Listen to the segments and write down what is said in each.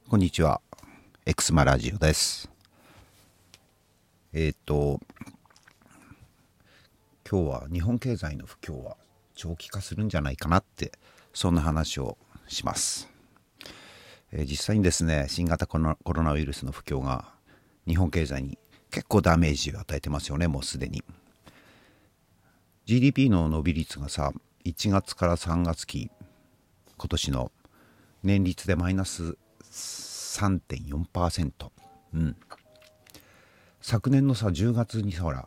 こんにちは。エクスマラジオです。今日は日本経済の不況は長期化するんじゃないかなって、そんな話をします。実際にですね、新型コロナウイルスの不況が日本経済に結構ダメージを与えてますよね、もうすでに。GDP の伸び率がさ、1月から3月期、今年の年率でマイナス 3.4%、昨年のさ10月にさ、ほら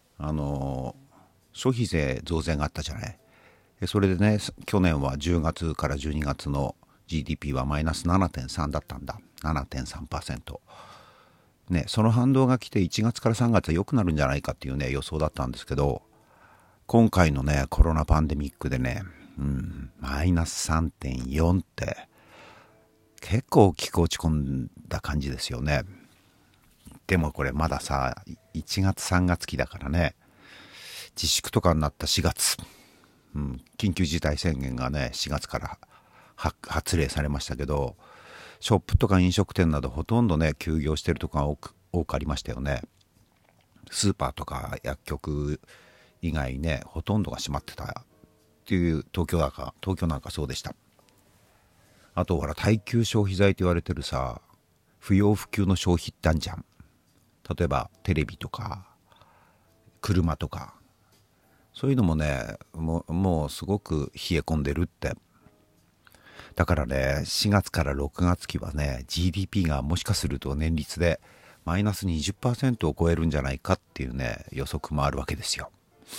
消費税増税があったじゃない。それでね、去年は10月から12月の GDP はマイナス 7.3 だったんだ。 7.3%、ね、その反動が来て1月から3月は良くなるんじゃないかっていうね予想だったんですけど、今回のねコロナパンデミックでね、マイナス 3.4 って結構大きく落ち込んだ感じですよね。でもこれまださ1月3月期だからね、自粛とかになった4月、緊急事態宣言がね4月から発令されましたけど、ショップとか飲食店などほとんどね休業してるとこが多くありましたよね。スーパーとか薬局以外ねほとんどが閉まってたっていう東京なんかそうでした。あとほら耐久消費財と言われてるさ、不要不急の消費ってあんじゃん。例えばテレビとか車とか、そういうのもねもうすごく冷え込んでるって。だからね4月から6月期はね GDP がもしかすると年率でマイナス 20% を超えるんじゃないかっていうね予測もあるわけですよ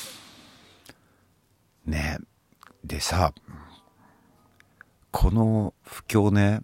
ね。でさ、この不況ね、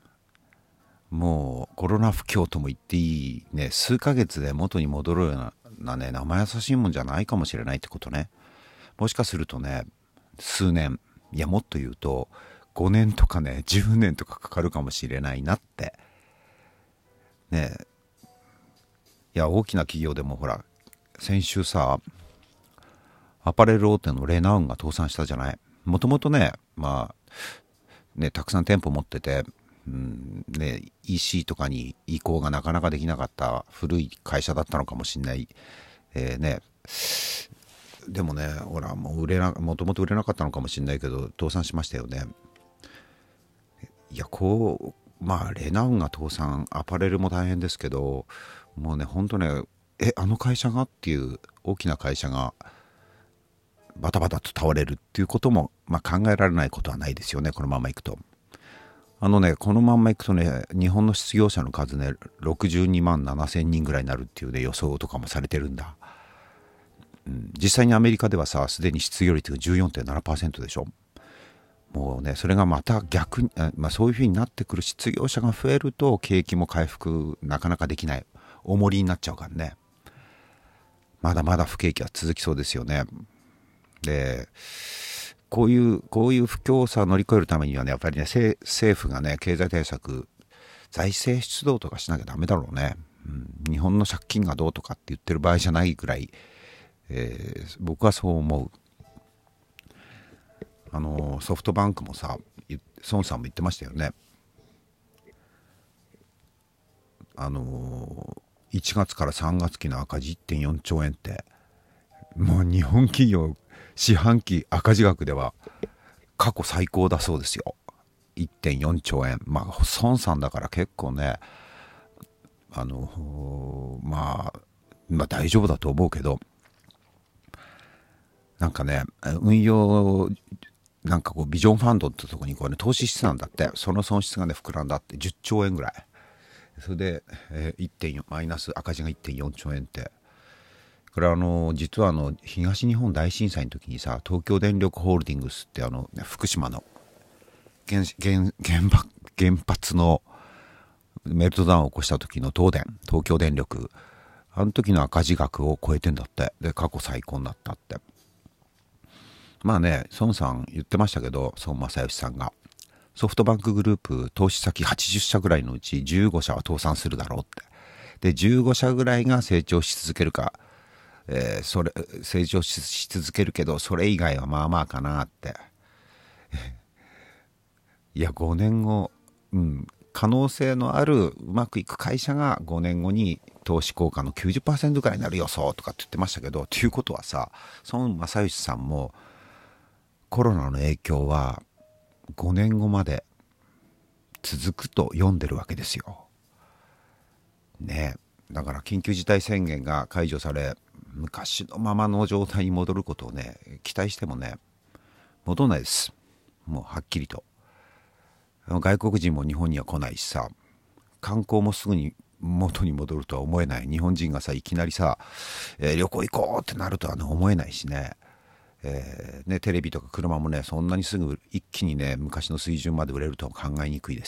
もうコロナ不況とも言っていいね、数ヶ月で元に戻るようなね生優しいもんじゃないかもしれないってことね。もしかするとね数年、いやもっと言うと5年とかね10年とかかかるかもしれないなってね。いや大きな企業でもほら先週さアパレル大手のレナウンが倒産したじゃない。もともとねたくさん店舗持ってて、EC とかに移行がなかなかできなかった古い会社だったのかもしれない、でもねほらもともと売れなかったのかもしれないけど倒産しましたよね。いやレナウンが倒産、アパレルも大変ですけど、もうねほんとねあの会社がっていう大きな会社がバタバタと倒れるっていうことも、考えられないことはないですよね、このままいくと。このまんまいくとね日本の失業者の数ね62万7千人ぐらいになるっていうね予想とかもされてるんだ。実際にアメリカではさすでに失業率が 14.7% でしょ。もうねそれがまた逆に、そういう風になってくる、失業者が増えると景気も回復なかなかできない、重りになっちゃうからね。まだまだ不景気は続きそうですよね。でこういう不況さを乗り越えるためにはねやっぱりね政府がね経済対策、財政出動とかしなきゃダメだろうね。日本の借金がどうとかって言ってる場合じゃないぐらい、僕はそう思う。ソフトバンクもさ孫さんも言ってましたよね。1月から3月期の赤字 1.4 兆円ってもう日本企業四半期赤字額では過去最高だそうですよ。 1.4 兆円。孫さんだから結構ね大丈夫だと思うけど、なんかね運用ビジョンファンドってとこに投資してたんだって。その損失がね膨らんだって10兆円ぐらい。それで、1.4マイナス赤字が 1.4 兆円って、これは実は東日本大震災の時にさ東京電力ホールディングスって福島の原発のメルトダウンを起こした時の東京電力、あの時の赤字額を超えてんだって。で過去最高になったって。孫さん言ってましたけど、孫正義さんがソフトバンクグループ投資先80社ぐらいのうち15社は倒産するだろうって。で15社ぐらいが成長し続けるか、成長し続けるけどそれ以外はまあまあかなっていや5年後、 可能性のあるうまくいく会社が5年後に投資効果の 90% ぐらいになる予想とかって言ってましたけど、ということはさ、孫正義さんもコロナの影響は5年後まで続くと読んでるわけですよ。ね。だから緊急事態宣言が解除され、昔のままの状態に戻ることをね、期待してもね、戻らないです。もうはっきりと。外国人も日本には来ないしさ、観光もすぐに元に戻るとは思えない。日本人がさ、いきなりさ、旅行行こうってなるとは、ね、思えないしね。ね、テレビとか車もね、そんなにすぐ一気にね、昔の水準まで売れるとは考えにくいです。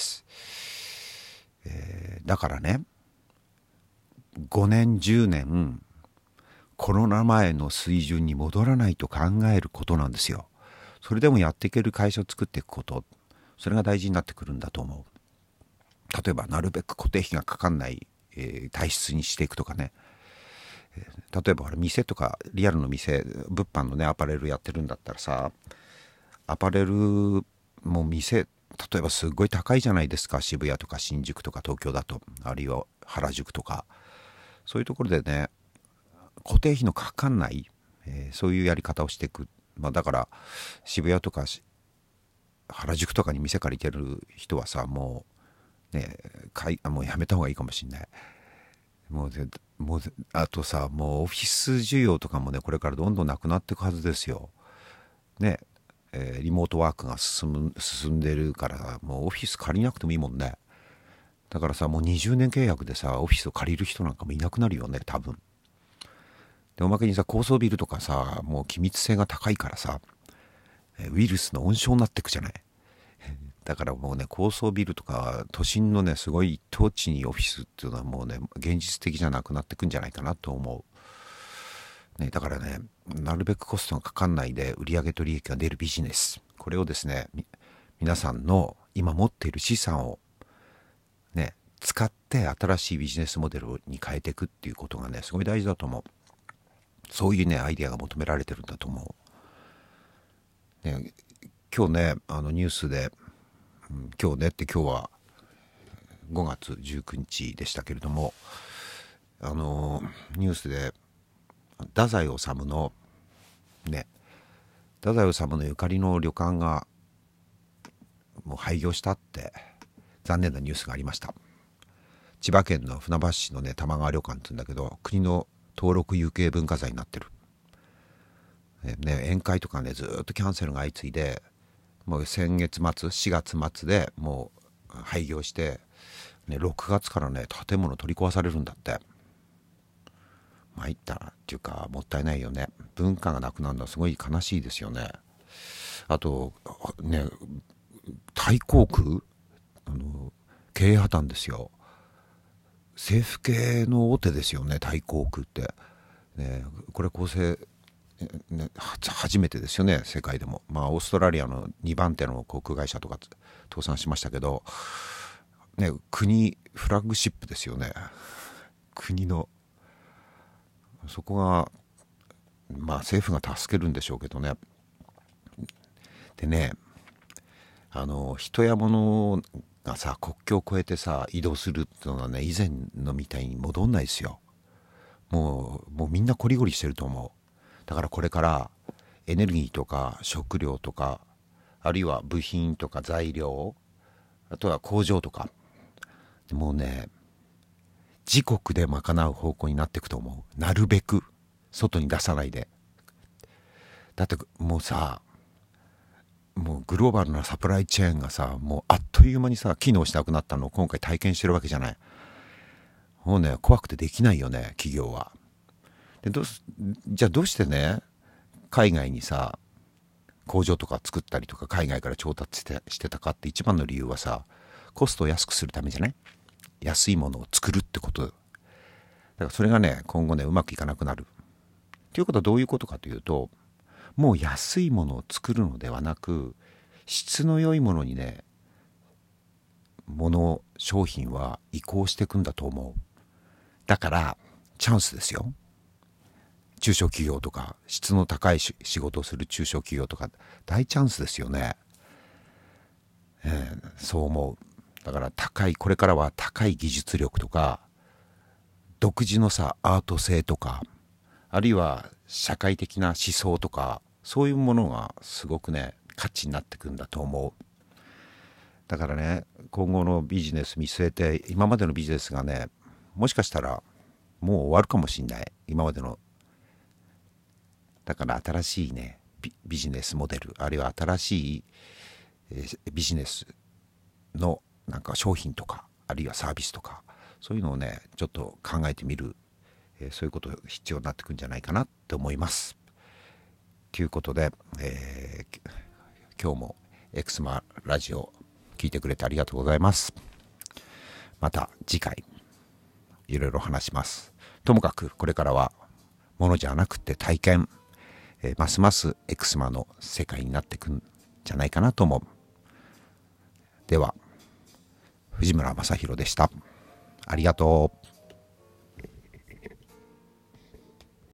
だからね、5年10年コロナ前の水準に戻らないと考えることなんですよ。それでもやっていける会社を作っていくこと、それが大事になってくるんだと思う。例えばなるべく固定費がかかんない、体質にしていくとかね。例えば店とかリアルの店、物販のねアパレルやってるんだったらさ、アパレルも店、例えばすごい高いじゃないですか。渋谷とか新宿とか東京だと、あるいは原宿とか、そういうところでね、固定費のかかんない、そういうやり方をしていく。だから渋谷とか原宿とかに店借りてる人はさ、もうね、もうやめた方がいいかもしれない。もうあとさ、もうオフィス需要とかもね、これからどんどんなくなっていくはずですよ。ね、リモートワークが進んでるから、もうオフィス借りなくてもいいもんね。だからさ、もう20年契約でさ、オフィスを借りる人なんかもいなくなるよね、多分。で、おまけにさ、高層ビルとかさ、もう機密性が高いからさ、ウイルスの温床になっていくじゃない。だからもうね、高層ビルとか都心のね、すごい一等地にオフィスっていうのはもうね、現実的じゃなくなってくんじゃないかなと思う。ね、だからね、なるべくコストがかかんないで売上と利益が出るビジネス、これをですね、皆さんの今持っている資産をね、使って新しいビジネスモデルに変えていくっていうことがね、すごい大事だと思う。そういうね、アイデアが求められてるんだと思う。ね、今日ね、ニュースで、今日ねって今日は5月19日でしたけれども、ニュースで太宰治のね、太宰治のゆかりの旅館がもう廃業したって残念なニュースがありました。千葉県の船橋市のね、玉川旅館って言うんだけど、国の登録有形文化財になってる。ね、宴会とかね、ずっとキャンセルが相次いで、もう先月末4月末でもう廃業して、ね、6月からね、建物取り壊されるんだって。参ったっていうか、もったいないよね。文化がなくなるのはすごい悲しいですよね。あとね、タイ航空、経営破綻ですよ。政府系の大手ですよね、タイ航空って、ね、これ構成、ね、初めてですよね、世界でも。まあオーストラリアの2番手の航空会社とか倒産しましたけど、ね、国フラッグシップですよね。国のそこが、まあ政府が助けるんでしょうけどね。でね、人や物がさ、国境を越えてさ移動するっていうのはね、以前のみたいに戻んないですよ。もうみんなコリゴリしてると思う。だからこれからエネルギーとか食料とか、あるいは部品とか材料、あとは工場とか、もうね、自国で賄う方向になっていくと思う。なるべく外に出さないで。だってもうさ、もうグローバルなサプライチェーンがさ、もうあっという間にさ、機能しなくなったのを今回体験してるわけじゃない。もうね、怖くてできないよね、企業は。でじゃあどうしてね、海外にさ、工場とか作ったりとか海外から調達してたかって、一番の理由はさ、コストを安くするためじゃない？安いものを作るってこと。だからそれがね、今後ね、うまくいかなくなる。ということはどういうことかというと、もう安いものを作るのではなく、質の良いものにね、商品は移行していくんだと思う。だからチャンスですよ。中小企業とか、質の高い仕事をする中小企業とか、大チャンスですよね。そう思う。 だからこれからは高い技術力とか独自のアート性とか、あるいは社会的な思想とか、そういうものがすごくね価値になってくんだと思う。だからね、今後のビジネス見据えて、今までのビジネスがねもしかしたらもう終わるかもしれない、今までの。だから新しいねビジネスモデル、あるいは新しい、ビジネスのなんか商品とか、あるいはサービスとか、そういうのをねちょっと考えてみる、そういうこと必要になってくるんじゃないかなって思います。ということで、今日もエクスマラジオ聞いてくれてありがとうございます。また次回いろいろ話します。ともかくこれからはものじゃなくて体験、ますますエクスマの世界になってくんじゃないかなと思う。では、藤村正宏でした。ありがとう。